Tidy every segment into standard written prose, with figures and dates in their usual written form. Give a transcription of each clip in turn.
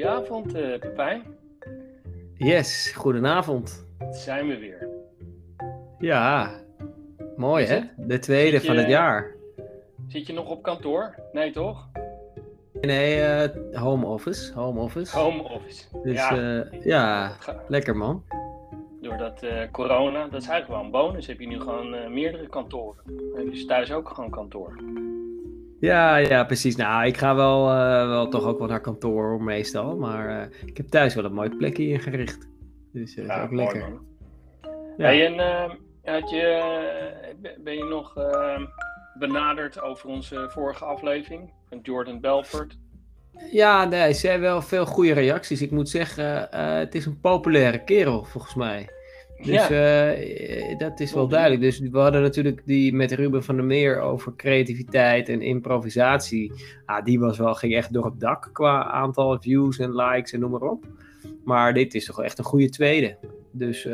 Goedenavond, Pepijn. Yes, goedenavond. Zijn we weer. Ja, mooi Is hè? het? De tweede Zit van het je, jaar. zit je nog op kantoor? Nee, toch? Nee, home office, home office. Home office. Dus Ja, ja, het ga- lekker man. doordat corona, dat is eigenlijk wel een bonus, heb je nu gewoon meerdere kantoren. Dan heb je thuis ook gewoon kantoor. Ja, precies. Nou, ik ga wel toch ook wel naar kantoor meestal. Maar ik heb thuis wel een mooi plekje ingericht. Dus dat is Ja, ook mooi lekker. man. Ja. Hey, en ben je nog benaderd over onze vorige aflevering van Jordan Belfort? Ja, nee, ze hebben wel veel goede reacties. Ik moet zeggen, het is een populaire kerel volgens mij. Dus dat is wel duidelijk. Dus we hadden natuurlijk die met Ruben van der Meer over creativiteit en improvisatie. Ging echt door het dak qua aantal views en likes en noem maar op. Maar dit is toch echt een goede tweede. Dus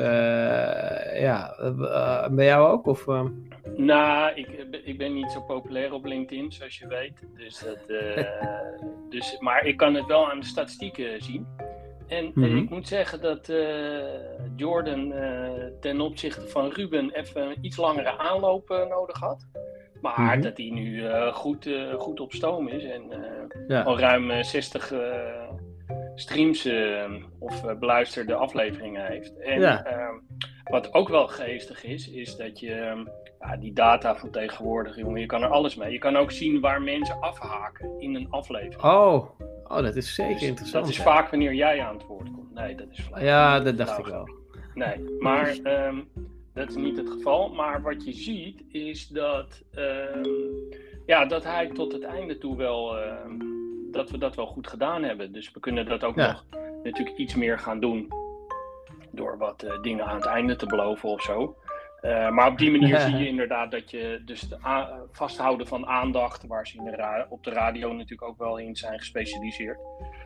bij jou ook? Of, Nou, ik ben niet zo populair op LinkedIn, zoals je weet. Maar ik kan het wel aan de statistieken zien. En ik moet zeggen dat Jordan ten opzichte van Ruben even een iets langere aanloop nodig had. Maar dat hij nu goed op stoom is en al ruim 60 streams of beluisterde afleveringen heeft. En wat ook wel geestig is dat je die data van tegenwoordig, jongen, je kan er alles mee. Je kan ook zien waar mensen afhaken in een aflevering. Oh, dat is zeker interessant. Dat is vaak wanneer jij aan het woord komt. Nee, dat is flauw. Ja, dat dacht ik wel. Nee, maar dat is niet het geval. Maar wat je ziet is dat hij tot het einde toe wel... dat we dat wel goed gedaan hebben. Dus we kunnen dat ook nog natuurlijk iets meer gaan doen. Door wat dingen aan het einde te beloven of zo. Maar op die manier zie je inderdaad dat je dus het vasthouden van aandacht, waar ze op de radio natuurlijk ook wel in zijn gespecialiseerd.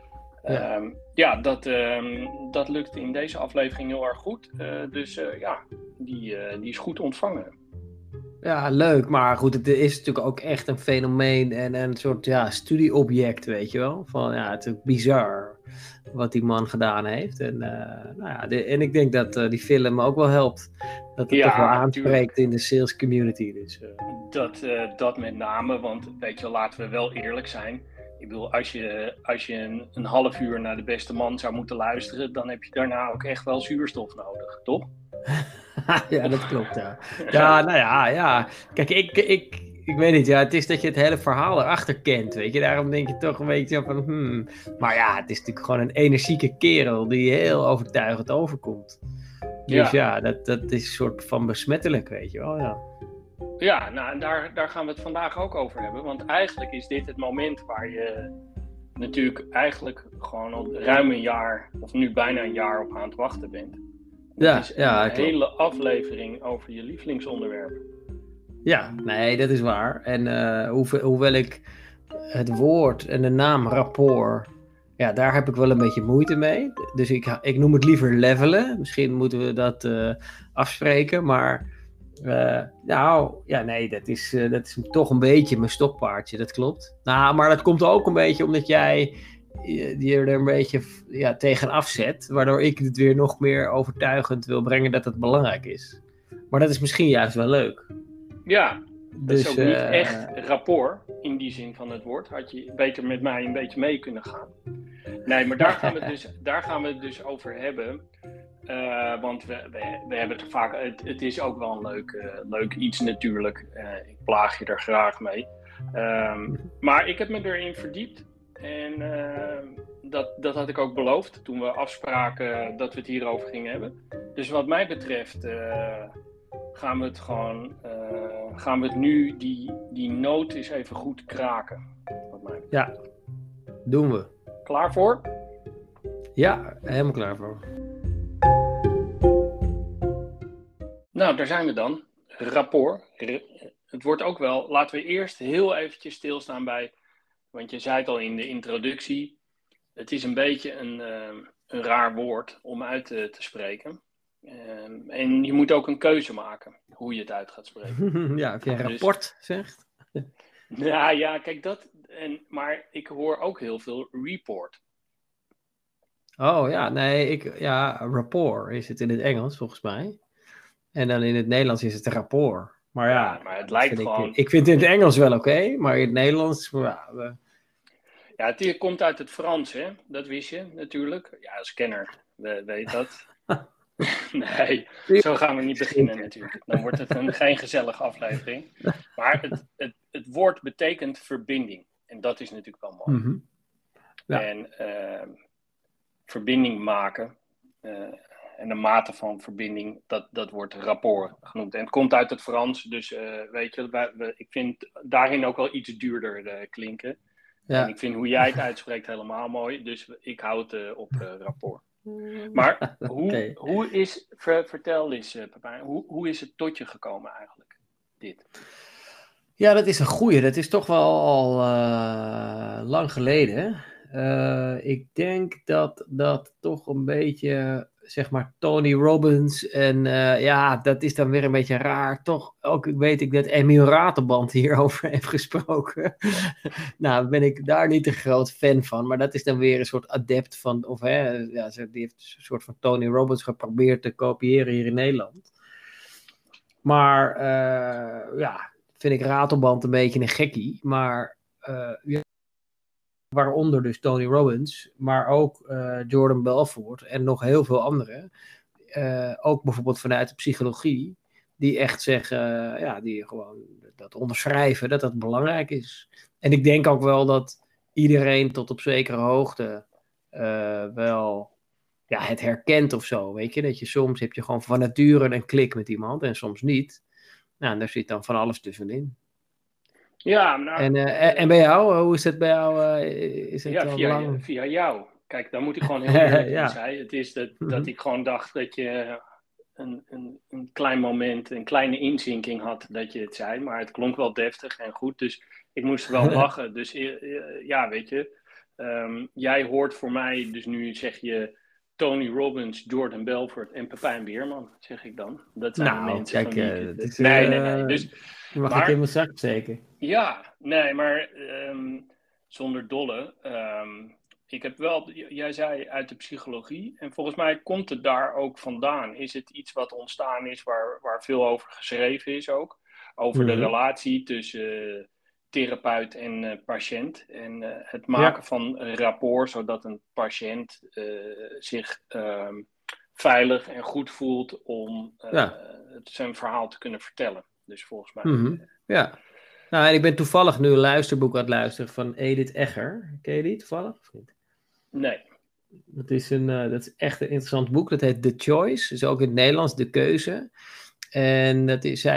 Dat lukt in deze aflevering heel erg goed. Die is goed ontvangen. Ja, leuk. Maar goed, het is natuurlijk ook echt een fenomeen en een soort studieobject, weet je wel. Het is ook bizar wat die man gedaan heeft. En ik denk dat die film ook wel helpt. Dat het toch wel aanspreekt in de sales community. Dus, Dat met name, want weet je, laten we wel eerlijk zijn. Ik bedoel, als je een half uur naar de beste man zou moeten luisteren, dan heb je daarna ook echt wel zuurstof nodig, toch? Ja, dat klopt, ja. Kijk, ik weet niet, het is dat je het hele verhaal erachter kent, weet je. Daarom denk je toch een beetje van, Maar het is natuurlijk gewoon een energieke kerel die heel overtuigend overkomt. Dus dat is een soort van besmettelijk, weet je wel, Ja, nou, en daar gaan we het vandaag ook over hebben. Want eigenlijk is dit het moment waar je natuurlijk eigenlijk gewoon al ruim een jaar, of nu bijna een jaar op aan het wachten bent. Het is een hele aflevering over je lievelingsonderwerp. Ja, nee, dat is waar. En hoewel ik het woord en de naam rapport, daar heb ik wel een beetje moeite mee. Dus ik noem het liever levelen. Misschien moeten we dat afspreken, maar... dat is toch een beetje mijn stokpaardje, dat klopt. Nou, maar dat komt ook een beetje omdat jij die er een beetje tegenaf zet, waardoor ik het weer nog meer overtuigend wil brengen dat het belangrijk is. Maar dat is misschien juist wel leuk. Ja, dat is ook niet echt rapport in die zin van het woord. Had je beter met mij een beetje mee kunnen gaan. Nee, maar daar gaan we het dus over hebben. Want we hebben het er vaak... Het is ook wel een leuk iets natuurlijk. Ik plaag je er graag mee. Maar ik heb me erin verdiept. En dat had ik ook beloofd toen we afspraken dat we het hierover gingen hebben. Dus wat mij betreft gaan we het nu die noot eens even goed kraken. Wat mij betreft. Ja, doen we. Klaar voor? Ja, helemaal klaar voor. Nou, daar zijn we dan. Rapport. Het wordt ook wel... Laten we eerst heel eventjes stilstaan bij... Want je zei het al in de introductie. Het is een beetje een raar woord om uit te spreken. En je moet ook een keuze maken. Hoe je het uit gaat spreken. Ja, of jij rapport zegt. Ja, kijk dat... Maar ik hoor ook heel veel report. Oh ja, nee, rapport is het in het Engels volgens mij. En dan in het Nederlands is het rapport. Maar Ja, ja, maar het dat lijkt vind ik. gewoon. Ik vind het in het Engels wel oké, maar in het Nederlands. Ja, het komt uit het Frans, hè? Dat wist je natuurlijk. Ja, als kenner weet dat. Nee, zo gaan we niet beginnen natuurlijk. Dan wordt het geen gezellige aflevering. Maar het woord betekent verbinding. En dat is natuurlijk wel mooi. Mhm. Ja. En verbinding maken. En de mate van verbinding, dat wordt rapport genoemd. En het komt uit het Frans, dus weet je, ik vind daarin ook wel iets duurder klinken. Ja. En ik vind hoe jij het uitspreekt helemaal mooi, dus ik hou het op rapport. Maar hoe is, vertel eens Pepijn, hoe is het tot je gekomen eigenlijk, dit? Ja, dat is een goeie. Dat is toch wel al lang geleden. Ik denk dat dat toch een beetje, zeg maar, Tony Robbins en ja, dat is dan weer een beetje raar. Toch ook weet ik dat Emiel Ratelband hierover heeft gesproken. Nou, ben ik daar niet een groot fan van, maar dat is dan weer een soort adept van, of hè, ja, die heeft een soort van Tony Robbins geprobeerd te kopiëren hier in Nederland. Maar ja, vind ik Ratelband een beetje een gekkie. Maar ja, waaronder dus Tony Robbins, maar ook Jordan Belfort en nog heel veel anderen. Ook bijvoorbeeld vanuit de psychologie, die echt zeggen, ja, die gewoon dat onderschrijven, dat dat belangrijk is. En ik denk ook wel dat iedereen tot op zekere hoogte wel ja, het herkent of zo, weet je. Dat je soms heb je gewoon van nature een klik met iemand en soms niet. Nou, en daar zit dan van alles tussenin. Ja, nou, En bij jou, hoe is het bij jou? Is het ja, al lang? via jou. Kijk, daar moet ik gewoon heel eerlijk in Ja. zijn. Het is dat Mhm. ik gewoon dacht dat je een klein moment, een kleine inzinking had dat je het zei. Maar het klonk wel deftig en goed, dus ik moest wel lachen. Dus ja, weet je, jij hoort voor mij, dus nu zeg je Tony Robbins, Jordan Belfort en Pepijn Beerman, zeg ik dan. Dat zijn de Nou, mensen van kijk, wie ik het het... is, Nee. Dus, die mag ik in maar mijn zak steken. ja, nee, maar zonder dolle. Ik heb wel, jij zei uit de psychologie, en volgens mij komt het daar ook vandaan. Is het iets wat ontstaan is waar veel over geschreven is ook? Over de Mhm. relatie tussen therapeut en patiënt. En het Ja, maken van een rapport, zodat een patiënt zich veilig en goed voelt om ja. zijn verhaal te kunnen vertellen. Dus volgens mij. Mhm. Ja. Nou, en ik ben toevallig nu een luisterboek aan het luisteren van Edith Egger. Ken je die toevallig? Of niet? Nee. Dat is echt een interessant boek. Dat heet The Choice. Dus ook in het Nederlands De Keuze. En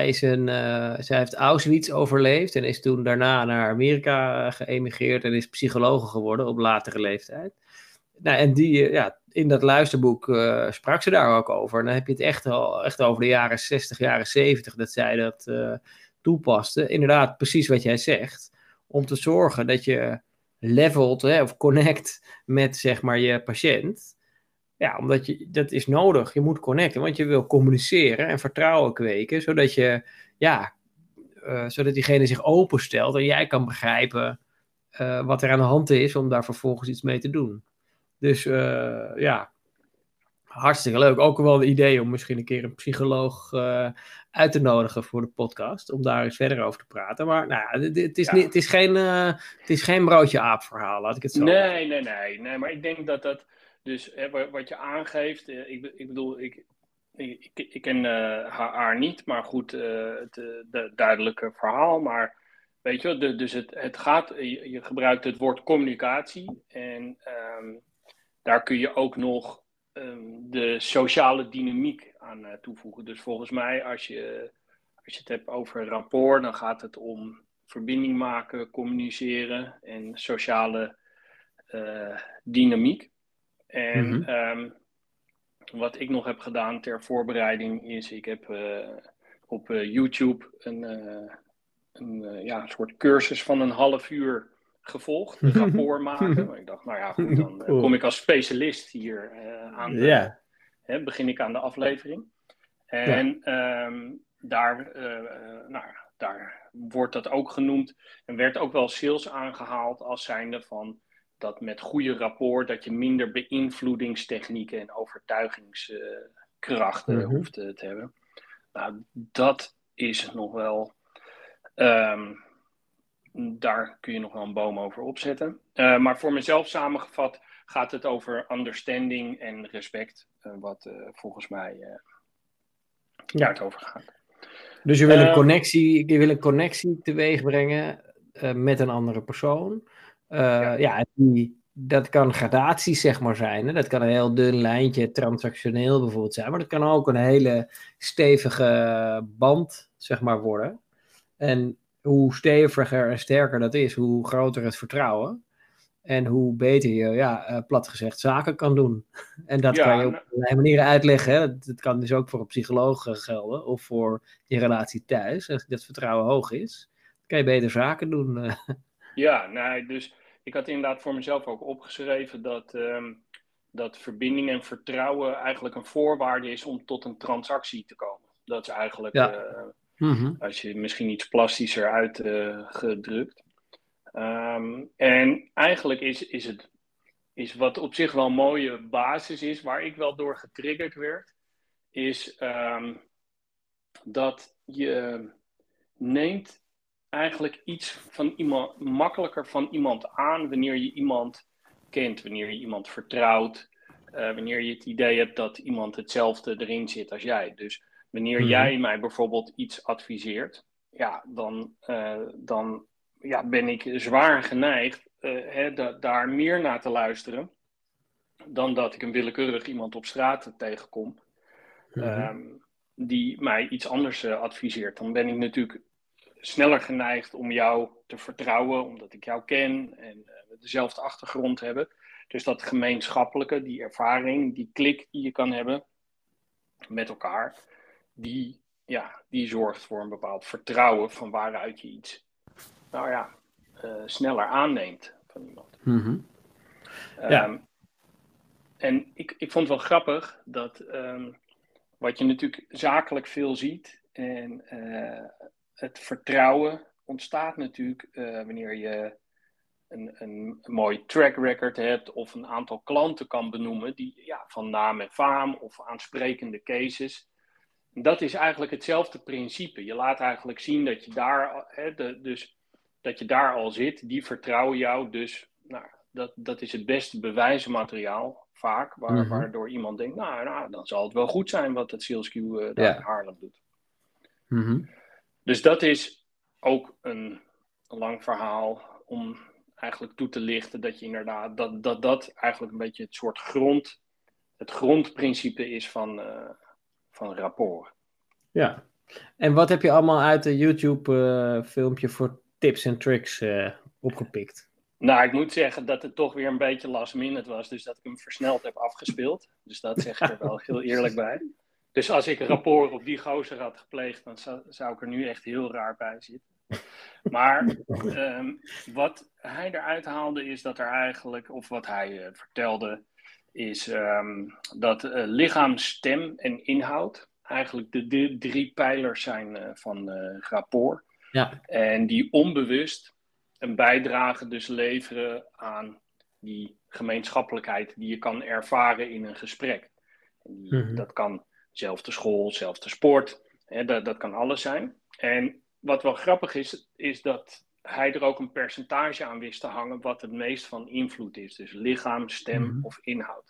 zij heeft Auschwitz overleefd en is toen daarna naar Amerika geëmigreerd en is psychologe geworden op latere leeftijd. Nou, en ja, in dat luisterboek sprak ze daar ook over. En dan heb je het echt over de jaren 60, jaren 70 dat zij dat toepaste. Inderdaad, precies wat jij zegt. Om te zorgen dat je levelt of connect met zeg maar je patiënt. Ja, omdat dat is nodig. Je moet connecten, want je wil communiceren en vertrouwen kweken, zodat zodat diegene zich openstelt en jij kan begrijpen wat er aan de hand is om daar vervolgens iets mee te doen. Dus ja, hartstikke leuk. Ook wel een idee om misschien een keer een psycholoog uit te nodigen voor de podcast, om daar eens verder over te praten. Maar nou ja, Ja. het is geen broodje aap verhaal, laat ik het zo zeggen. Nee, maar ik denk dat dat, dus wat je aangeeft, ik bedoel, ik ken haar niet, maar goed, het duidelijke verhaal. Maar weet je, dus het gaat, je gebruikt het woord communicatie en daar kun je ook nog de sociale dynamiek aan toevoegen. Dus volgens mij, als je het hebt over rapport, dan gaat het om verbinding maken, communiceren en sociale dynamiek. En Mhm. wat ik nog heb gedaan ter voorbereiding is, ik heb op YouTube een soort cursus van een half uur gevolgd, een rapport maken. Maar ik dacht, nou ja, goed, dan kom Cool. ik als specialist hier Ja, begin ik aan de aflevering. ja. En daar wordt dat ook genoemd. En werd ook wel sales aangehaald als zijnde van dat met goede rapport dat je minder beïnvloedingstechnieken en overtuigingskrachten hoeft te hebben. Nou, dat is nog wel... daar kun je nog wel een boom over opzetten. Maar voor mezelf samengevat gaat het over understanding en respect. Wat volgens mij daar het over gaat. Dus je wil een connectie teweeg brengen met een andere persoon. Dat kan gradaties zeg maar zijn. Hè? Dat kan een heel dun lijntje transactioneel bijvoorbeeld zijn. Maar dat kan ook een hele stevige band zeg maar worden. En hoe steviger en sterker dat is, hoe groter het vertrouwen. En hoe beter je, plat gezegd, zaken kan doen. En dat kan je op allerlei manieren uitleggen. Hè? Dat kan dus ook voor een psycholoog gelden. Of voor je relatie thuis. Als dat vertrouwen hoog is, kan je beter zaken doen. Dus ik had inderdaad voor mezelf ook opgeschreven dat verbinding en vertrouwen eigenlijk een voorwaarde is om tot een transactie te komen. Dat is eigenlijk, als je misschien iets plastischer uitgedrukt. En eigenlijk is wat op zich wel een mooie basis is, waar ik wel door getriggerd werd, is dat je neemt eigenlijk iets van iemand makkelijker van iemand aan wanneer je iemand kent, wanneer je iemand vertrouwt, wanneer je het idee hebt dat iemand hetzelfde erin zit als jij. Dus wanneer jij mij bijvoorbeeld iets adviseert, dan ben ik zwaar geneigd daar meer naar te luisteren dan dat ik een willekeurig iemand op straat tegenkom die mij iets anders adviseert. Dan ben ik natuurlijk sneller geneigd om jou te vertrouwen, omdat ik jou ken en we dezelfde achtergrond hebben. Dus dat gemeenschappelijke, die ervaring, die klik die je kan hebben met elkaar, die zorgt voor een bepaald vertrouwen van waaruit je iets sneller aanneemt van iemand. En ik vond het wel grappig dat wat je natuurlijk zakelijk veel ziet en het vertrouwen ontstaat natuurlijk wanneer je een mooi track record hebt of een aantal klanten kan benoemen die van naam en faam of aansprekende cases. Dat is eigenlijk hetzelfde principe. Je laat eigenlijk zien dat je daar, dat je daar al zit. Die vertrouwen jou. Dus dat is het beste bewijsmateriaal vaak. Waardoor iemand denkt, dan zal het wel goed zijn wat het SalesQ daar in Haarlem doet. Dus dat is ook een lang verhaal om eigenlijk toe te lichten dat je inderdaad dat eigenlijk een beetje het grondprincipe is van rapport. Ja, en wat heb je allemaal uit de YouTube filmpje voor tips en tricks opgepikt? Nou, ik moet zeggen dat het toch weer een beetje last minute was, dus dat ik hem versneld heb afgespeeld. Dus dat zeg ik er wel heel eerlijk bij. Dus als ik rapport op die gozer had gepleegd, dan zou ik er nu echt heel raar bij zitten. Maar wat hij eruit haalde is dat er eigenlijk, of wat hij vertelde, is dat lichaam, stem en inhoud eigenlijk de drie pijlers zijn van rapport. Ja. En die onbewust een bijdrage dus leveren aan die gemeenschappelijkheid die je kan ervaren in een gesprek. En dat kan zelfde school, zelfde sport, dat kan alles zijn. En wat wel grappig is dat hij er ook een percentage aan wist te hangen wat het meest van invloed is. Dus lichaam, stem of inhoud.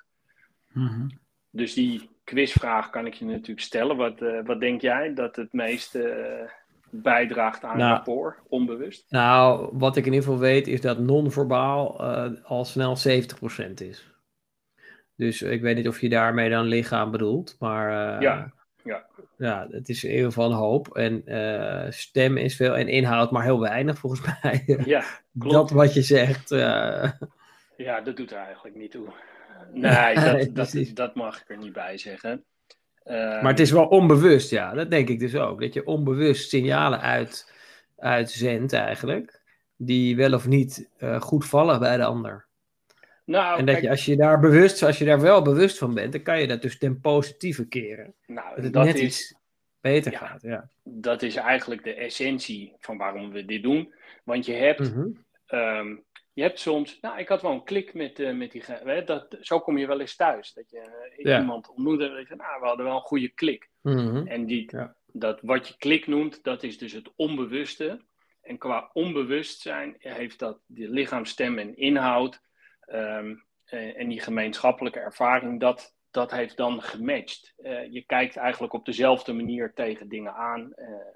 Dus die quizvraag kan ik je natuurlijk stellen. Wat denk jij dat het meest bijdraagt aan rapport, onbewust? Nou, wat ik in ieder geval weet is dat non-verbaal al snel 70% is. Dus ik weet niet of je daarmee dan lichaam bedoelt, maar ja, het is in ieder geval een hoop. En stem is veel en inhoud maar heel weinig volgens mij. Ja, klopt. Dat wat je zegt. Ja, dat doet er eigenlijk niet toe. Nee, dat mag ik er niet bij zeggen. Maar het is wel onbewust, ja. Dat denk ik dus ook. Dat je onbewust signalen uitzendt eigenlijk, die wel of niet goed vallen bij de ander. Nou, en dat je, als je daar wel bewust van bent, dan kan je dat dus ten positieve keren. Nou, dat het net iets beter gaat. Ja. Dat is eigenlijk de essentie van waarom we dit doen. Want je hebt je hebt soms, nou, ik had wel een klik met die, zo kom je wel eens thuis. Dat je iemand ontmoet en dat je, nou, we hadden wel een goede klik. Mm-hmm. En dat wat je klik noemt, dat is dus het onbewuste. En qua onbewustzijn heeft dat de lichaamsstem en inhoud en die gemeenschappelijke ervaring, dat heeft dan gematcht. Je kijkt eigenlijk op dezelfde manier tegen dingen aan,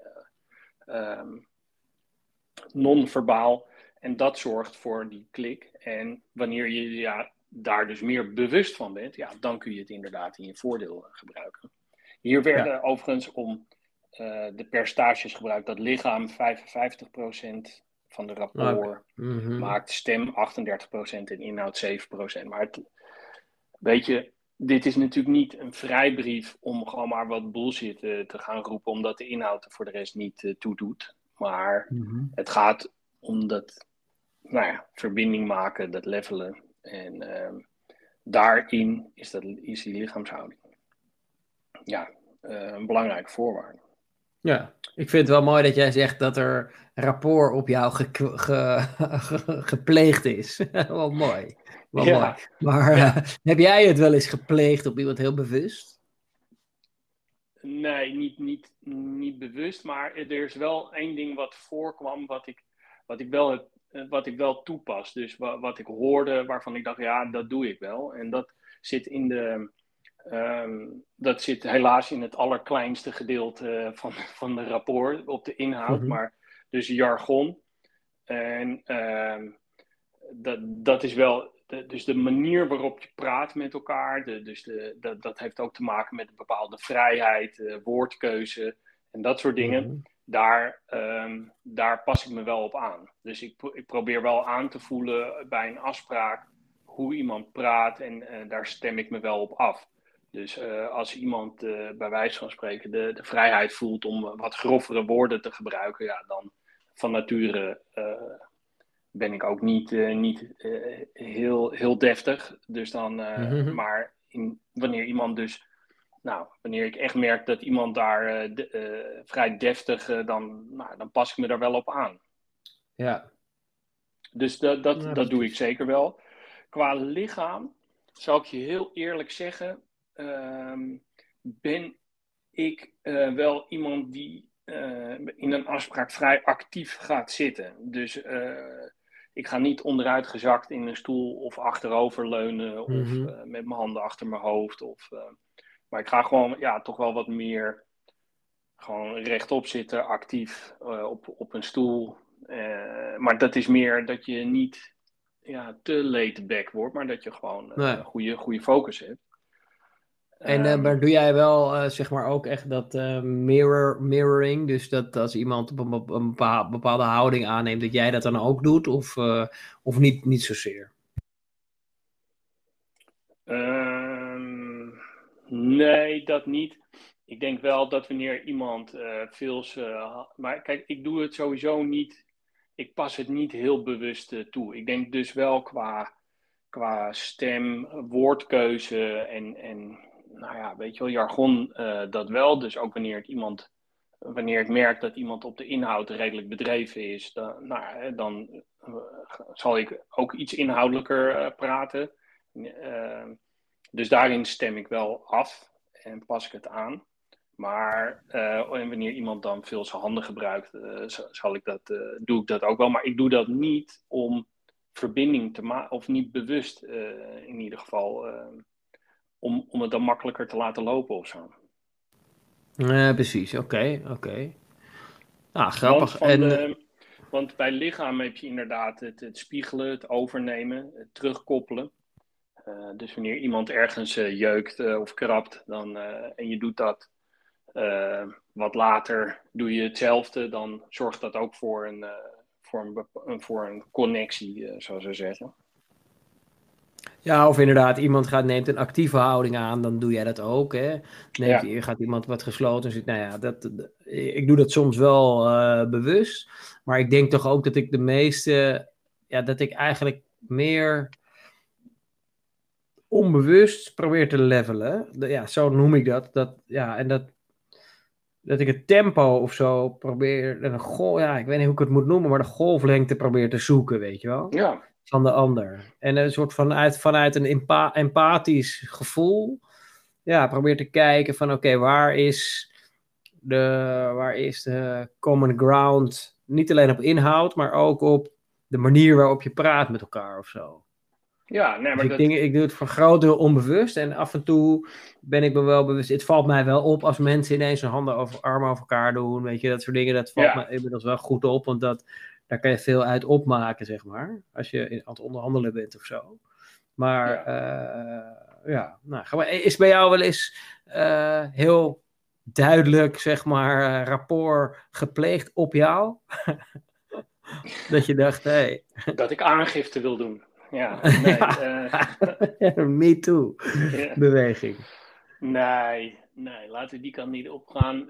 non-verbaal. En dat zorgt voor die klik. En wanneer je daar dus meer bewust van bent, dan kun je het inderdaad in je voordeel gebruiken. Hier werden overigens om de percentages gebruikt dat lichaam 55% van de rapport maakt, stem 38% en inhoud 7%. Maar weet je, dit is natuurlijk niet een vrijbrief om gewoon maar wat bullshit te gaan roepen, omdat de inhoud er voor de rest niet toe doet. Maar het gaat om dat verbinding maken, dat levelen. En daarin is die lichaamshouding een belangrijke voorwaarde. Ja, ik vind het wel mooi dat jij zegt dat er rapport op jou gepleegd is. Wel mooi. Mooi. Maar heb jij het wel eens gepleegd op iemand heel bewust? Nee, niet bewust. Maar er is wel één ding wat voorkwam wat ik wel toepas. Dus wat ik hoorde waarvan ik dacht, dat doe ik wel. En dat zit dat zit helaas in het allerkleinste gedeelte van de rapport op de inhoud, maar dus jargon. En dat is wel, dus de manier waarop je praat met elkaar, dat heeft ook te maken met een bepaalde vrijheid, woordkeuze en dat soort dingen. Daar pas ik me wel op aan. Dus ik probeer wel aan te voelen bij een afspraak hoe iemand praat en daar stem ik me wel op af. Dus als iemand bij wijze van spreken de vrijheid voelt om wat grovere woorden te gebruiken, dan van nature ben ik ook niet heel deftig. Dus dan, maar wanneer iemand dus, wanneer ik echt merk dat iemand daar vrij deftig, dan pas ik me daar wel op aan. Ja. Dus dat doe ik zeker wel. Qua lichaam, zal ik je heel eerlijk zeggen, ben ik wel iemand die in een afspraak vrij actief gaat zitten. Dus ik ga niet onderuitgezakt in een stoel of achterover leunen of met mijn handen achter mijn hoofd. Maar ik ga gewoon toch wel wat meer gewoon rechtop zitten, actief op een stoel. Maar dat is meer dat je niet te laid back wordt, maar dat je gewoon goede focus hebt. En maar doe jij wel, zeg maar, ook echt dat mirroring? Dus dat als iemand op een bepaalde houding aanneemt, dat jij dat dan ook doet? Of niet zozeer? Nee, dat niet. Ik denk wel dat wanneer iemand maar kijk, ik doe het sowieso niet. Ik pas het niet heel bewust toe. Ik denk dus wel qua stem, woordkeuze en weet je wel, jargon dat wel. Dus ook wanneer ik merk dat iemand op de inhoud redelijk bedreven is, dan zal ik ook iets inhoudelijker praten. Dus daarin stem ik wel af en pas ik het aan. Maar wanneer iemand dan veel zijn handen gebruikt, doe ik dat ook wel. Maar ik doe dat niet om verbinding te maken, of niet bewust in ieder geval, om het dan makkelijker te laten lopen of zo. Precies, oké. Grappig. Want bij lichaam heb je inderdaad het spiegelen, het overnemen, het terugkoppelen. Dus wanneer iemand ergens jeukt of krabt, en je doet dat wat later, doe je hetzelfde, dan zorgt dat ook voor een connectie, zoals we zeggen. Ja, of inderdaad, iemand neemt een actieve houding aan, dan doe jij dat ook. Hè? Gaat iemand wat gesloten zitten. Ik doe dat soms wel bewust. Maar ik denk toch ook dat ik de meeste, dat ik eigenlijk meer onbewust probeer te levelen. Zo noem ik dat. Dat ik het tempo of zo probeer, ik weet niet hoe ik het moet noemen, maar de golflengte probeer te zoeken, weet je wel. Ja. van de ander. En een soort vanuit een empathisch gevoel, ja, probeer te kijken van oké, waar is de common ground, niet alleen op inhoud, maar ook op de manier waarop je praat met elkaar of zo. Ja, nee, Dus maar ik doe het voor groot deel onbewust en af en toe ben ik me wel bewust. Het valt mij wel op als mensen ineens hun armen over elkaar doen, weet je, dat soort dingen. Dat valt me inmiddels wel goed op, want daar kan je veel uit opmaken, zeg maar, als je aan het onderhandelen bent of zo. Maar is bij jou wel eens heel duidelijk, zeg maar, rapport gepleegd op jou? Dat je dacht, hé. Dat ik aangifte wil doen. Ja, nee. Me too. Beweging. Nee, laten we die kant niet opgaan.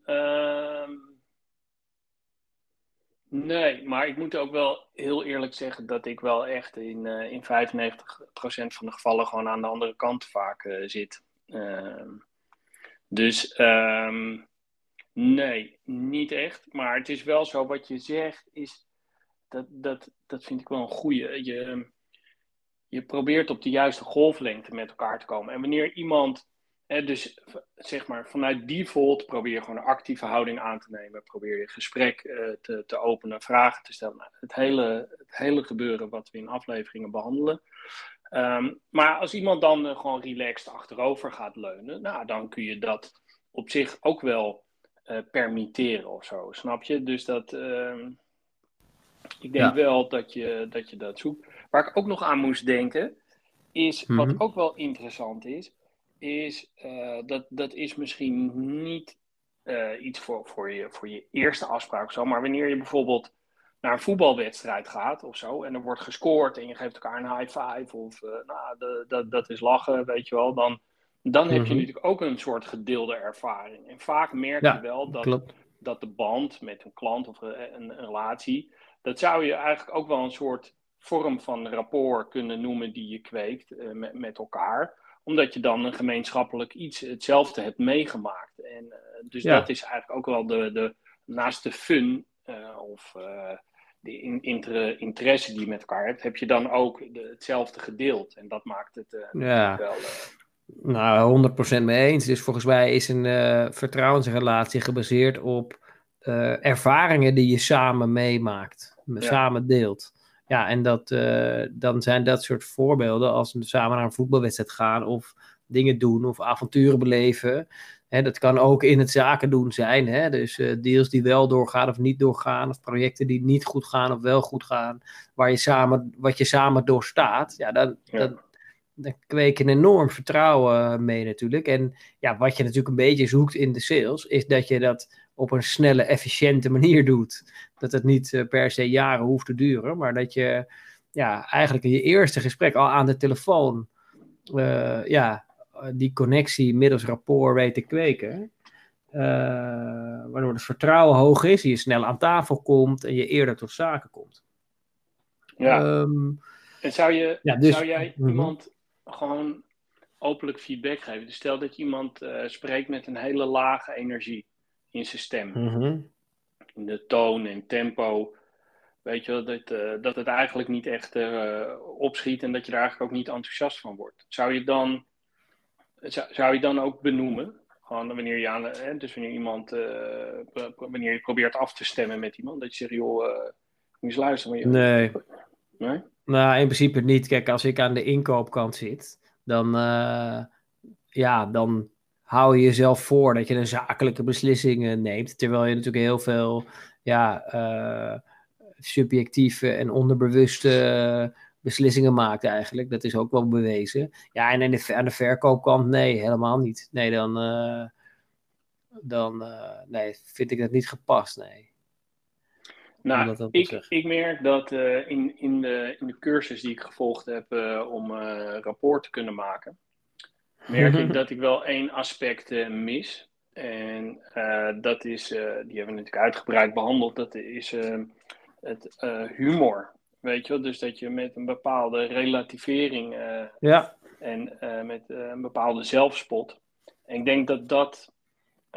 Nee, maar ik moet ook wel heel eerlijk zeggen dat ik wel echt in 95% van de gevallen gewoon aan de andere kant vaak zit. Dus nee, niet echt. Maar het is wel zo, wat je zegt, is dat vind ik wel een goeie. Je probeert op de juiste golflengte met elkaar te komen. En wanneer iemand, dus zeg maar vanuit default, probeer je gewoon een actieve houding aan te nemen. Probeer je gesprek te openen, vragen te stellen. Nou, het hele gebeuren wat we in afleveringen behandelen. Maar als iemand dan gewoon relaxed achterover gaat leunen, nou, dan kun je dat op zich ook wel permitteren of zo, snap je? Dus dat... ik denk wel dat je dat zoekt. Waar ik ook nog aan moest denken, is wat ook wel interessant is dat is misschien niet iets voor je eerste afspraak zo, maar wanneer je bijvoorbeeld naar een voetbalwedstrijd gaat of zo, en er wordt gescoord en je geeft elkaar een high five, of dat is lachen, weet je wel, dan heb je natuurlijk ook een soort gedeelde ervaring. En vaak merk je wel dat de band met een klant of een relatie, dat zou je eigenlijk ook wel een soort vorm van rapport kunnen noemen die je kweekt met elkaar. Omdat je dan een gemeenschappelijk iets hetzelfde hebt meegemaakt. En dus dat is eigenlijk ook wel naast de fun of de interesse die je met elkaar hebt, heb je dan ook hetzelfde gedeeld. En dat maakt het wel... Nou, 100% mee eens. Dus volgens mij is een vertrouwensrelatie gebaseerd op ervaringen die je samen meemaakt, samen deelt. Ja, en dan zijn dat soort voorbeelden als we samen naar een voetbalwedstrijd gaan of dingen doen of avonturen beleven. Hè, dat kan ook in het zaken doen zijn. Hè? Dus deals die wel doorgaan of niet doorgaan, of projecten die niet goed gaan of wel goed gaan, wat je samen doorstaat. Ja, dan kweek je een enorm vertrouwen mee natuurlijk. En ja, wat je natuurlijk een beetje zoekt in de sales, is dat je dat op een snelle, efficiënte manier doet. Dat het niet per se jaren hoeft te duren, maar dat je eigenlijk in je eerste gesprek al aan de telefoon die connectie middels rapport weet te kweken. Waardoor het vertrouwen hoog is, je snel aan tafel komt en je eerder tot zaken komt. Ja. En zou jij iemand gewoon openlijk feedback geven? Dus stel dat je iemand spreekt met een hele lage energie in zijn stem. In de toon en tempo. Weet je wel, dat het eigenlijk niet echt opschiet en dat je er eigenlijk ook niet enthousiast van wordt. Zou je dan ook benoemen? Gewoon wanneer je wanneer je probeert af te stemmen met iemand, dat je zegt, joh, moet je eens luisteren. Nee? Nou, in principe niet. Kijk, als ik aan de inkoopkant zit, dan hou je jezelf voor dat je een zakelijke beslissing neemt. Terwijl je natuurlijk heel veel subjectieve en onderbewuste beslissingen maakt eigenlijk. Dat is ook wel bewezen. Ja, en aan de verkoopkant, nee, helemaal niet. Nee, dan vind ik dat niet gepast, nee. Nou, ik merk dat in de cursus die ik gevolgd heb om rapport te kunnen maken, merk ik dat ik wel 1 aspect mis. En dat is, die hebben we natuurlijk uitgebreid behandeld, dat is het humor. Weet je wel? Dus dat je met een bepaalde relativering en met een bepaalde zelfspot. En ik denk dat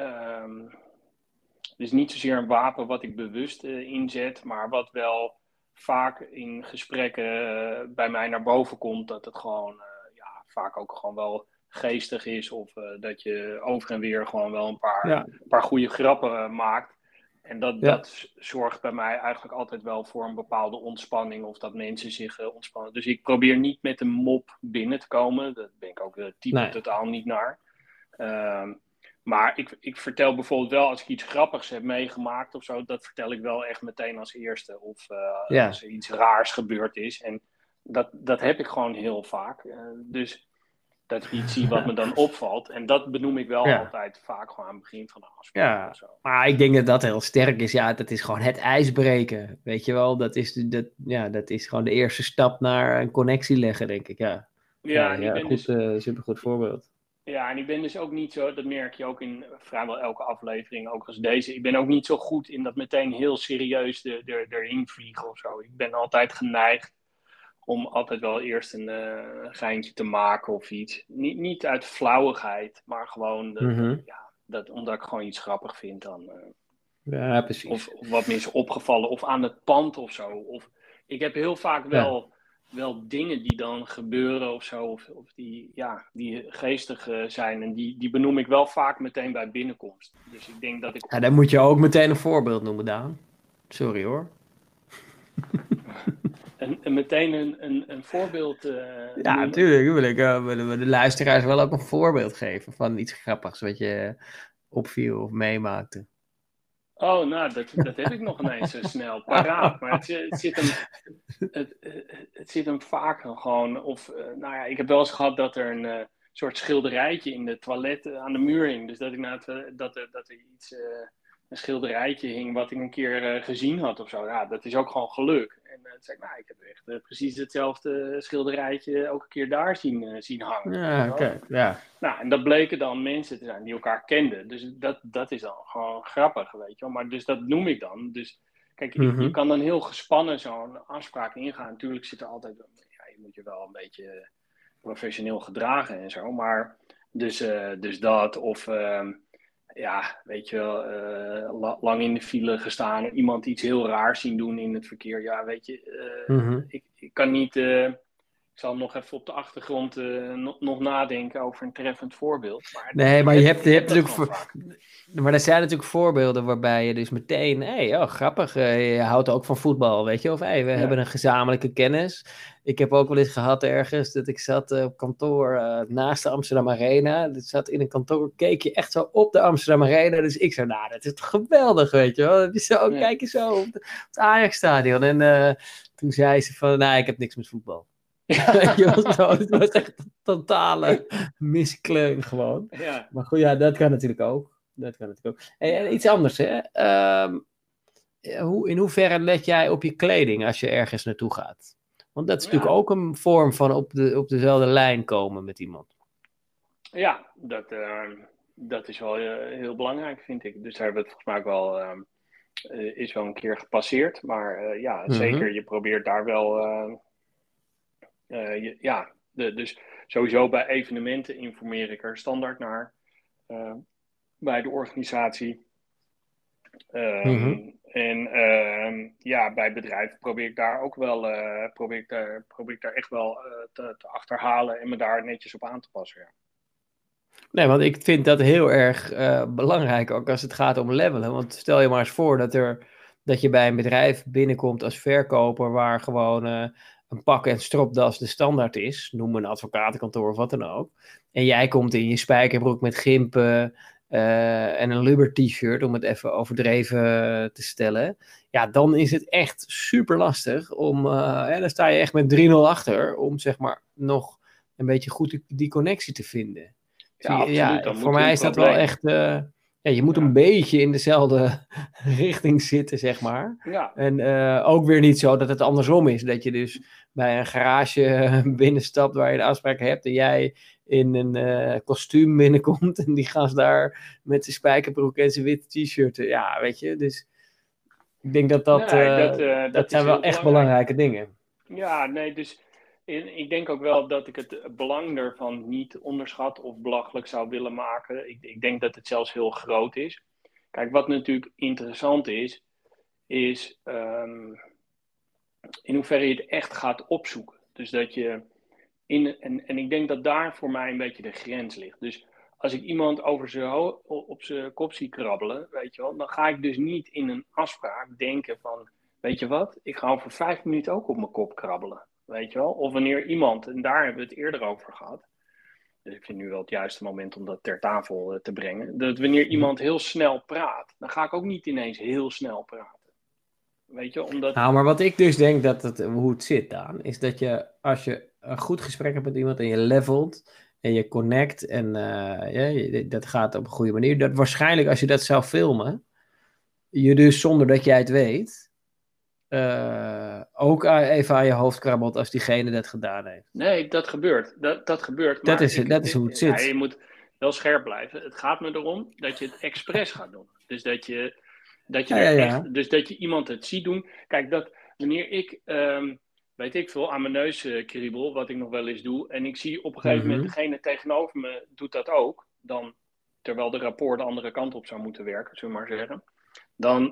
dus niet zozeer een wapen wat ik bewust inzet, maar wat wel vaak in gesprekken bij mij naar boven komt dat het gewoon vaak ook gewoon wel geestig is. Of dat je over en weer gewoon wel een paar goede grappen maakt. En dat zorgt bij mij eigenlijk altijd wel voor een bepaalde ontspanning. Of dat mensen zich ontspannen. Dus ik probeer niet met een mop binnen te komen. Daar ben ik ook type totaal niet naar. Maar ik vertel bijvoorbeeld wel als ik iets grappigs heb meegemaakt of zo. Dat vertel ik wel echt meteen als eerste. Of als er iets raars gebeurd is. En dat heb ik gewoon heel vaak. Dus dat ik iets zie wat me dan opvalt. En dat benoem ik wel altijd vaak gewoon aan het begin van de afspraak. Ja, of zo. Maar ik denk dat dat heel sterk is. Ja, dat is gewoon het ijs breken. Weet je wel, dat is gewoon de eerste stap naar een connectie leggen, denk ik. Supergoed voorbeeld. Ja, en ik ben dus ook niet zo, dat merk je ook in vrijwel elke aflevering, ook als deze. Ik ben ook niet zo goed in dat meteen heel serieus erin vliegen of zo. Ik ben altijd geneigd om altijd wel eerst een geintje te maken of iets. Niet uit flauwigheid, maar gewoon omdat ik gewoon iets grappig vind dan. Ja, precies. Of wat meer is opgevallen, of aan het pand of zo. Of, ik heb heel vaak wel dingen die dan gebeuren of zo, of die geestig zijn. En die benoem ik wel vaak meteen bij binnenkomst. Dus ik denk dat ik... Ja, dan moet je ook meteen een voorbeeld noemen, Daan. Sorry hoor. En meteen een voorbeeld... ja, natuurlijk. De luisteraars wel ook een voorbeeld geven van iets grappigs wat je opviel of meemaakte. Oh, nou, dat heb ik nog ineens zo snel paraat. Maar het zit hem vaak gewoon... Of, ik heb wel eens gehad dat er een soort schilderijtje in de toilet aan de muur hing. Dus dat er iets... een schilderijtje hing wat ik een keer gezien had of zo. Ja, dat is ook gewoon geluk. En toen zei ik, ik heb echt precies hetzelfde schilderijtje elke keer daar zien hangen. Ja, oké. Ja. Nou, en dat bleken dan mensen te zijn die elkaar kenden. Dus dat is dan gewoon grappig, weet je wel. Maar dus dat noem ik dan. Dus kijk, je kan dan heel gespannen zo'n afspraak ingaan. Natuurlijk zit er altijd... je moet je wel een beetje professioneel gedragen en zo. Maar dus dat of... weet je wel, lang in de file gestaan, iemand iets heel raars zien doen in het verkeer. Ja, weet je, ik kan niet, ik zal nog even op de achtergrond nog nadenken over een treffend voorbeeld. Maar je hebt natuurlijk maar er zijn natuurlijk voorbeelden waarbij je dus meteen, grappig, je houdt ook van voetbal, weet je, of we hebben een gezamenlijke kennis. Ik heb ook wel eens gehad ergens dat ik zat op kantoor naast de Amsterdam Arena. Ik zat in een kantoor, keek je echt zo op de Amsterdam Arena. Dus ik zei, dat is toch geweldig, weet je wel. Kijk je zo op het Ajax-stadion. En toen zei ze van, ik heb niks met voetbal. Het was echt een totale miskleun gewoon. Ja. Maar goed, dat kan natuurlijk ook. En iets anders, hè. In hoeverre let jij op je kleding als je ergens naartoe gaat? Want dat is natuurlijk ook een vorm van op dezelfde lijn komen met iemand. Ja, dat is wel heel belangrijk, vind ik. Dus daar hebben we het volgens mij ook wel... is wel een keer gepasseerd. Maar zeker, je probeert daar wel... dus sowieso bij evenementen informeer ik er standaard naar. Bij de organisatie. En bij bedrijven probeer ik daar ook wel probeer ik daar echt wel te achterhalen en me daar netjes op aan te passen. Ja. Nee, want ik vind dat heel erg belangrijk, ook als het gaat om levelen. Want stel je maar eens voor dat je bij een bedrijf binnenkomt als verkoper waar gewoon een pak en stropdas de standaard is. Noem een advocatenkantoor of wat dan ook. En jij komt in je spijkerbroek met gimpen en een Lubber t-shirt, om het even overdreven te stellen. Ja, dan is het echt super lastig om, dan sta je echt met 3-0 achter, om zeg maar nog een beetje goed die connectie te vinden. Ja, absoluut. Voor mij is dat wel echt... je moet een beetje in dezelfde richting zitten, zeg maar. Ja. En ook weer niet zo dat het andersom is. Dat je dus bij een garage binnenstapt waar je de afspraak hebt en jij in een kostuum binnenkomt en die gast daar met zijn spijkerbroek en zijn witte t-shirt. Ja, weet je. Dus ik denk dat zijn wel echt belangrijke dingen. Ja, nee, dus... Ik denk ook wel dat ik het belang ervan niet onderschat of belachelijk zou willen maken. Ik denk dat het zelfs heel groot is. Kijk, wat natuurlijk interessant is in hoeverre je het echt gaat opzoeken. Dus dat je en ik denk dat daar voor mij een beetje de grens ligt. Dus als ik iemand op zijn kop zie krabbelen, weet je wel, dan ga ik dus niet in een afspraak denken van, weet je wat, ik ga over 5 minuten ook op mijn kop krabbelen. Weet je wel? Of wanneer iemand, en daar hebben we het eerder over gehad, dus ik vind nu wel het juiste moment om dat ter tafel te brengen, dat wanneer iemand heel snel praat, dan ga ik ook niet ineens heel snel praten. Weet je, omdat... Nou, maar wat ik dus denk hoe het zit dan, is dat je, als je een goed gesprek hebt met iemand en je levelt en je connect en dat gaat op een goede manier, dat waarschijnlijk als je dat zou filmen, je dus zonder dat jij het weet, ook even aan je hoofd krabbelt als diegene dat gedaan heeft. Nee, dat gebeurt. Dat gebeurt. Dat Maar is hoe het zit. je moet wel scherp blijven. Het gaat me erom dat je het expres gaat doen. Dus dat je echt, dus dat je iemand het ziet doen. Kijk, wanneer ik, weet ik veel, aan mijn neus kriebel, wat ik nog wel eens doe, en ik zie op een gegeven moment degene tegenover me doet dat ook, dan, terwijl de rapport de andere kant op zou moeten werken, zullen we maar zeggen, dan,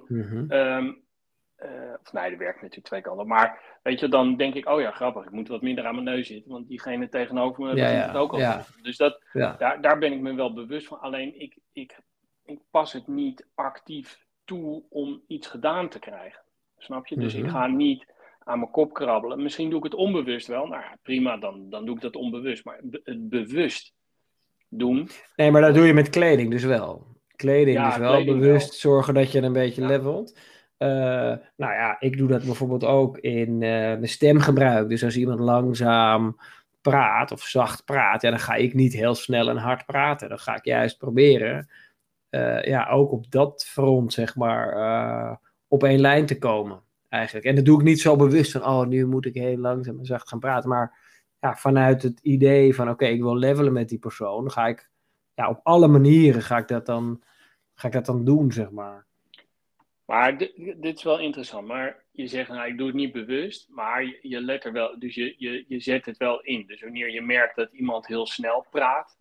of nee, dat werkt natuurlijk twee kanten. Maar weet je, dan denk ik, oh ja, grappig, ik moet wat minder aan mijn neus zitten, want diegene tegenover me doet het ook al. Ja. Dus daar ben ik me wel bewust van. Alleen ik pas het niet actief toe om iets gedaan te krijgen. Snap je? Dus ik ga niet aan mijn kop krabbelen. Misschien doe ik het onbewust wel. Nou ja, prima, dan doe ik dat onbewust. Maar het bewust doen... Nee, maar dat doe je met kleding dus wel. Kleding dus wel, kleding bewust wel. Zorgen dat je een beetje levelt. Nou ja, ik doe dat bijvoorbeeld ook in mijn stemgebruik. Dus als iemand langzaam praat of zacht praat, dan ga ik niet heel snel en hard praten. Dan ga ik juist proberen, ook op dat front, zeg maar, op één lijn te komen, eigenlijk. En dat doe ik niet zo bewust van, nu moet ik heel langzaam en zacht gaan praten. Maar vanuit het idee van, oké, ik wil levelen met die persoon, dan ga ik, op alle manieren ga ik dat dan doen, zeg maar. Maar dit is wel interessant. Maar je zegt, ik doe het niet bewust, maar je let er wel, dus je zet het wel in. Dus wanneer je merkt dat iemand heel snel praat,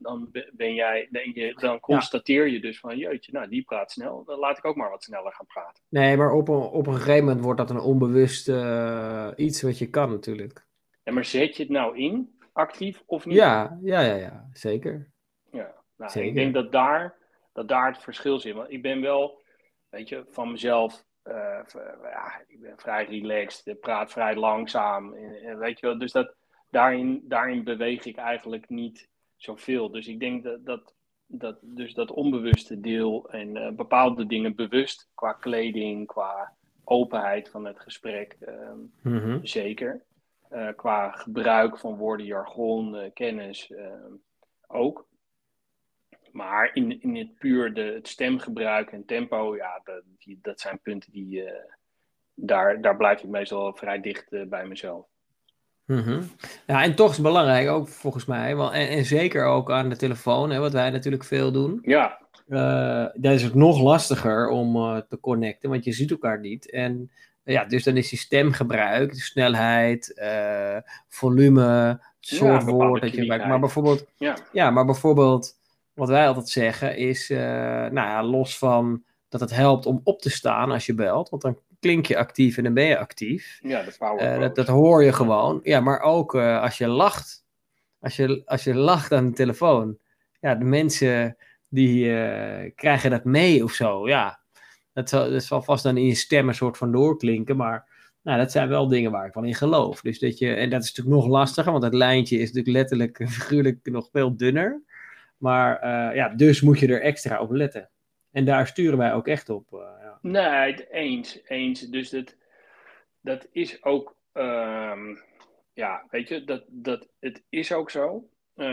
dan constateer je dus van, jeetje, die praat snel, dan laat ik ook maar wat sneller gaan praten. Nee, maar op een gegeven moment wordt dat een onbewust iets wat je kan natuurlijk. Ja, maar zet je het nou in, actief of niet? Ja, zeker. Ja, zeker. Ik denk dat daar het verschil zit. Want ik ben wel, weet je, van mezelf, ik ben vrij relaxed, ik praat vrij langzaam, weet je wel. Dus daarin beweeg ik eigenlijk niet zoveel. Dus ik denk dat onbewuste deel en bepaalde dingen bewust, qua kleding, qua openheid van het gesprek, zeker. Qua gebruik van woorden, jargon, kennis ook. Maar in het puur het stemgebruik en tempo, dat zijn punten die... daar blijf ik meestal vrij dicht bij mezelf. Ja, en toch is het belangrijk ook volgens mij, en zeker ook aan de telefoon, hè, wat wij natuurlijk veel doen. Ja. Daar is het nog lastiger om te connecten, want je ziet elkaar niet. En dus dan is die stemgebruik, de snelheid, volume, het soort woord dat je gebruikt. Maar bijvoorbeeld, wat wij altijd zeggen is, los van dat het helpt om op te staan als je belt, want dan klink je actief en dan ben je actief. Ja, de power dat hoor je gewoon. Ja, maar ook als je lacht. Als je lacht aan de telefoon. Ja, de mensen die krijgen dat mee of zo. Ja, dat zal vast dan in je stem een soort van doorklinken. Maar dat zijn wel dingen waar ik wel in geloof. Dus en dat is natuurlijk nog lastiger. Want het lijntje is natuurlijk letterlijk en figuurlijk nog veel dunner. Maar dus moet je er extra op letten. En daar sturen wij ook echt op. Nee, eens. Dus dat is ook, weet je, dat het is ook zo.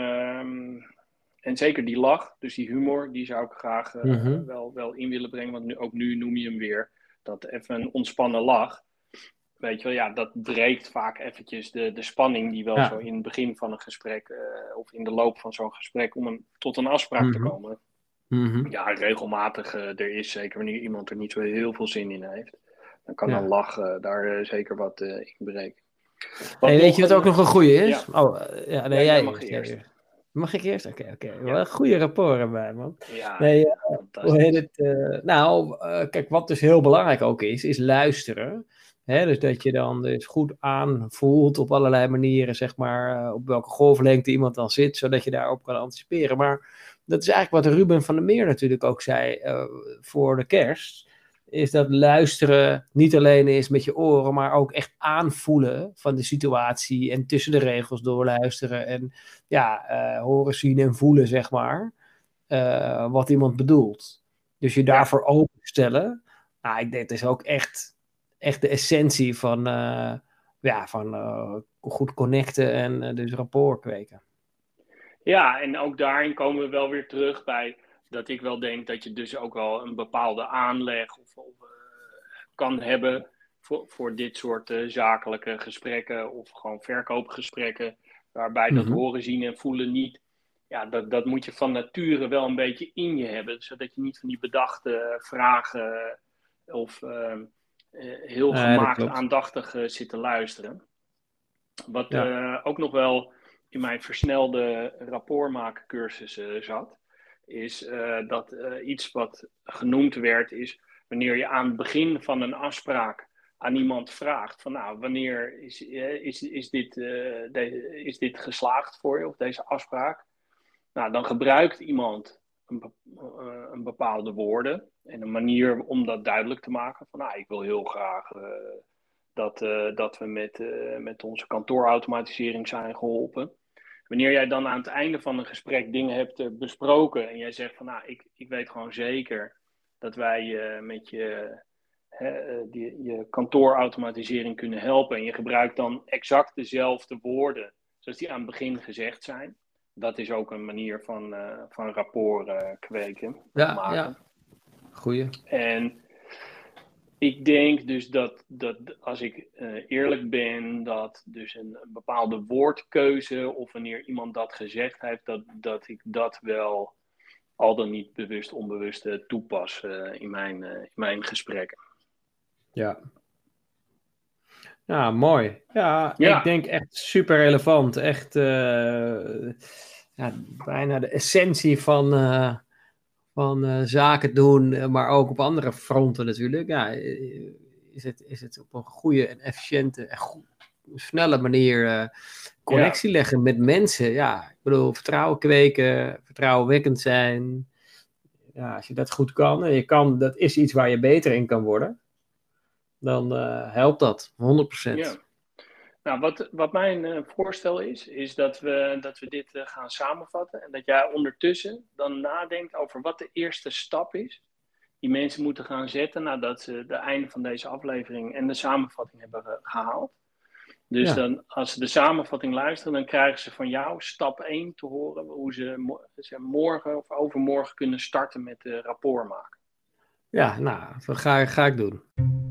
En zeker die lach, dus die humor, die zou ik graag wel in willen brengen. Want ook nu noem je hem weer, dat even een ontspannen lach. Weet je wel, dat breekt vaak eventjes de spanning die wel zo in het begin van een gesprek, of in de loop van zo'n gesprek, om tot een afspraak te komen. Ja, regelmatig er is, zeker wanneer iemand er niet zo heel veel zin in heeft. Dan kan een lach daar zeker wat in breken. Weet je wat ook nog een goeie is? Ja. Jij mag eerst. Mag ik eerst? Oké. Wel een goede rapport erbij, man. Ja, hoe heet het? Kijk, wat dus heel belangrijk ook is luisteren. Hè? Dus dat je dan dus goed aanvoelt op allerlei manieren, zeg maar, op welke golflengte iemand dan zit, zodat je daarop kan anticiperen. Maar dat is eigenlijk wat Ruben van der Meer natuurlijk ook zei voor de kerst. Is dat luisteren niet alleen is met je oren, maar ook echt aanvoelen van de situatie en tussen de regels doorluisteren en horen, zien en voelen, zeg maar, wat iemand bedoelt. Dus je daarvoor openstellen. Nou, ik denk dat is ook echt de essentie van goed connecten en dus rapport kweken. Ja, en ook daarin komen we wel weer terug bij dat ik wel denk dat je dus ook wel een bepaalde aanleg kan hebben voor dit soort zakelijke gesprekken of gewoon verkoopgesprekken, waarbij dat horen, zien en voelen niet, dat moet je van nature wel een beetje in je hebben, zodat je niet van die bedachte vragen of heel gemaakt aandachtig zit te luisteren. Wat ook nog wel in mijn versnelde rapportmaken cursus zat, is dat iets wat genoemd werd is wanneer je aan het begin van een afspraak aan iemand vraagt van nou, wanneer is dit geslaagd voor je of deze afspraak? Nou, dan gebruikt iemand een bepaalde woorden en een manier om dat duidelijk te maken van nou, ik wil heel graag dat we met onze kantoorautomatisering zijn geholpen. Wanneer jij dan aan het einde van een gesprek dingen hebt besproken en jij zegt van nou, ik weet gewoon zeker dat wij met je kantoorautomatisering kunnen helpen en je gebruikt dan exact dezelfde woorden zoals die aan het begin gezegd zijn. Dat is ook een manier van rapport kweken. Maken. Ja, goeie. En ik denk dus dat als ik eerlijk ben, dat dus een bepaalde woordkeuze of wanneer iemand dat gezegd heeft, dat ik dat wel al dan niet bewust, onbewust toepas in mijn gesprekken. Ja. Nou, mooi. Ja, ik denk echt super relevant. Echt bijna de essentie van zaken doen, maar ook op andere fronten natuurlijk. Ja, is het op een goede en efficiënte en snelle manier connectie leggen met mensen. Ja, ik bedoel, vertrouwen kweken, vertrouwenwekkend zijn. Ja, als je dat goed kan en dat is iets waar je beter in kan worden, dan helpt dat 100%. Ja. Nou, wat mijn voorstel is dat we dit gaan samenvatten en dat jij ondertussen dan nadenkt over wat de eerste stap is die mensen moeten gaan zetten nadat ze het einde van deze aflevering en de samenvatting hebben gehaald. Dus dan, als ze de samenvatting luisteren, dan krijgen ze van jou stap 1 te horen hoe ze morgen of overmorgen kunnen starten met rapport maken. Ja, nou, dat ga ik doen.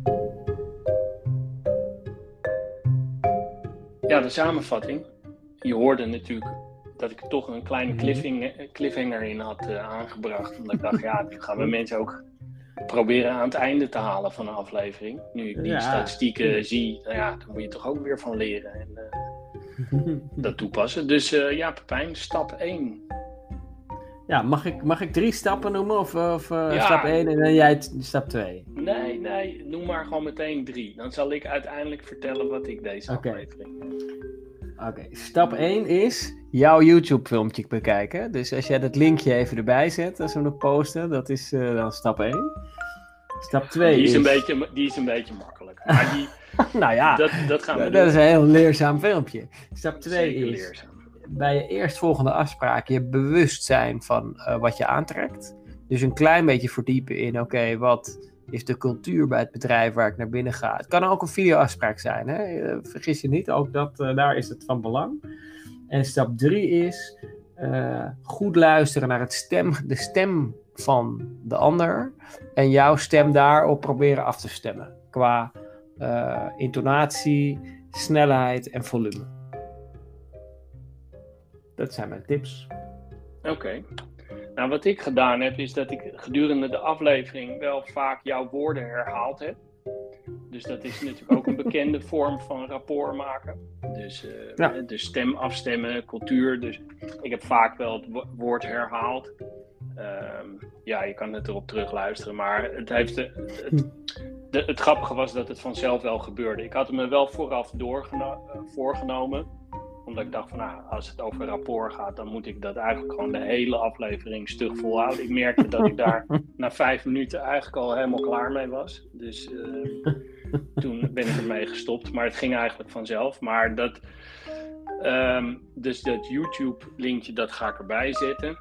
Ja, de samenvatting. Je hoorde natuurlijk dat ik toch een kleine cliffhanger in had aangebracht. Omdat ik dacht, nu gaan we mensen ook proberen aan het einde te halen van een aflevering. Nu ik die statistieken zie, dan moet je toch ook weer van leren en dat toepassen. Dus Pepijn, stap 1. Ja, mag ik 3 stappen noemen of stap 1 en dan jij stap 2? Nee, noem maar gewoon meteen 3. Dan zal ik uiteindelijk vertellen wat ik deze aflevering Oké, stap 1 is jouw YouTube-filmpje bekijken. Dus als jij dat linkje even erbij zet, als we hem posten, dat is dan stap 1. Stap 2 die is een beetje makkelijk. Maar nou ja, dat gaan we doen. Dat is een heel leerzaam filmpje. Stap 2 is leerzaam. Bij je eerstvolgende afspraak je bewust zijn van wat je aantrekt. Dus een klein beetje verdiepen in, wat is de cultuur bij het bedrijf waar ik naar binnen ga. Het kan ook een videoafspraak zijn, hè? Vergis je niet, ook daar is het van belang. En stap 3 is goed luisteren naar de stem van de ander en jouw stem daarop proberen af te stemmen. Qua intonatie, snelheid en volume. Dat zijn mijn tips. Oké. Nou, wat ik gedaan heb, is dat ik gedurende de aflevering wel vaak jouw woorden herhaald heb. Dus dat is natuurlijk ook een bekende vorm van rapport maken. Dus de stem afstemmen, cultuur. Dus ik heb vaak wel het woord herhaald. Je kan het erop terugluisteren, maar het grappige was dat het vanzelf wel gebeurde. Ik had het me wel vooraf voorgenomen. Omdat ik dacht van, als het over rapport gaat, dan moet ik dat eigenlijk gewoon de hele aflevering stug volhouden. Ik merkte dat ik daar na 5 minuten eigenlijk al helemaal klaar mee was. Dus toen ben ik ermee gestopt. Maar het ging eigenlijk vanzelf. Maar dus dat YouTube linkje, dat ga ik erbij zetten.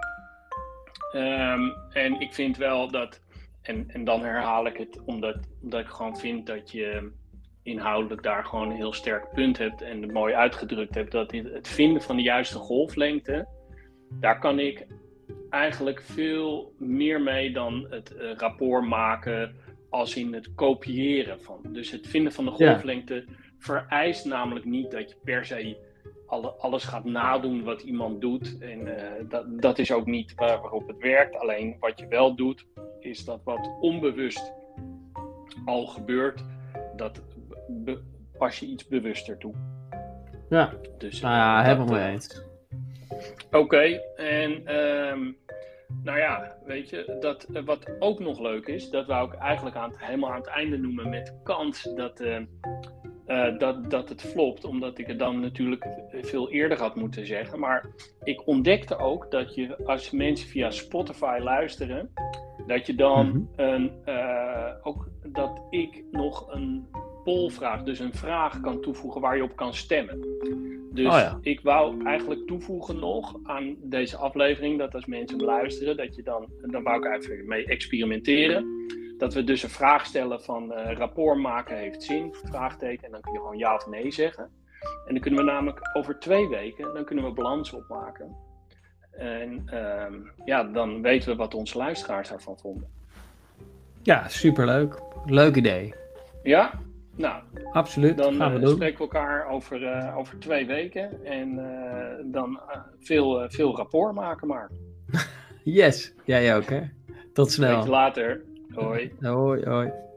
En ik vind wel dat, en dan herhaal ik het, omdat ik gewoon vind dat je inhoudelijk daar gewoon een heel sterk punt hebt en het mooi uitgedrukt hebt, dat het vinden van de juiste golflengte, daar kan ik eigenlijk veel meer mee dan het rapport maken als in het kopiëren van. Dus het vinden van de golflengte vereist namelijk niet dat je per se alles gaat nadoen wat iemand doet. En dat is ook niet waarop het werkt. Alleen wat je wel doet, is dat wat onbewust al gebeurt, dat pas je iets bewuster toe. Ja, dus, helemaal mee eens. Oké, en nou ja, weet je, wat ook nog leuk is, dat wou ik eigenlijk helemaal aan het einde noemen met kans dat het flopt, omdat ik het dan natuurlijk veel eerder had moeten zeggen. Maar ik ontdekte ook dat je, als mensen via Spotify luisteren, dat je dan ook dat ik nog een pollvraag, dus een vraag kan toevoegen waar je op kan stemmen. Dus ik wou eigenlijk toevoegen nog aan deze aflevering, dat als mensen luisteren, dat je dan wou ik even mee experimenteren. Dat we dus een vraag stellen van rapport maken heeft zin, vraagteken, en dan kun je gewoon ja of nee zeggen. En dan kunnen we namelijk over 2 weken, dan kunnen we balans opmaken. En dan weten we wat onze luisteraars daarvan vonden. Ja, superleuk. Leuk idee. Ja? Nou, absoluut. Dan gaan we doen. Spreken we elkaar over 2 weken en dan veel rapport maken maar. Yes, jij ook hè. Tot snel. Tot later. Hoi. Hoi.